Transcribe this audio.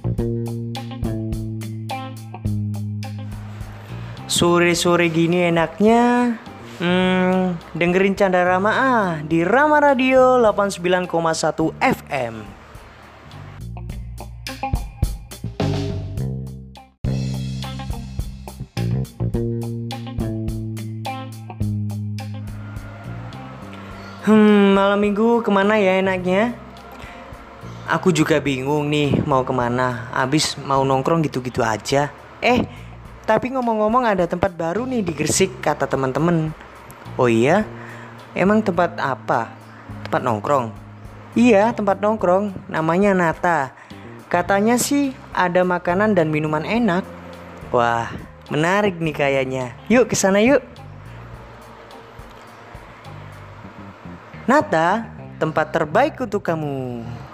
Sore-sore gini enaknya dengerin Canda Rama di Rama Radio 89,1 FM. Malam minggu kemana ya enaknya? Aku juga bingung nih mau kemana. Abis mau nongkrong gitu-gitu aja. Tapi ngomong-ngomong ada tempat baru nih di Gresik kata teman-teman. Oh iya? Emang tempat apa? Tempat nongkrong? Iya, tempat nongkrong. Namanya Nata. Katanya sih ada makanan dan minuman enak. Wah, menarik nih kayaknya. Yuk kesana yuk. Nata, tempat terbaik untuk kamu.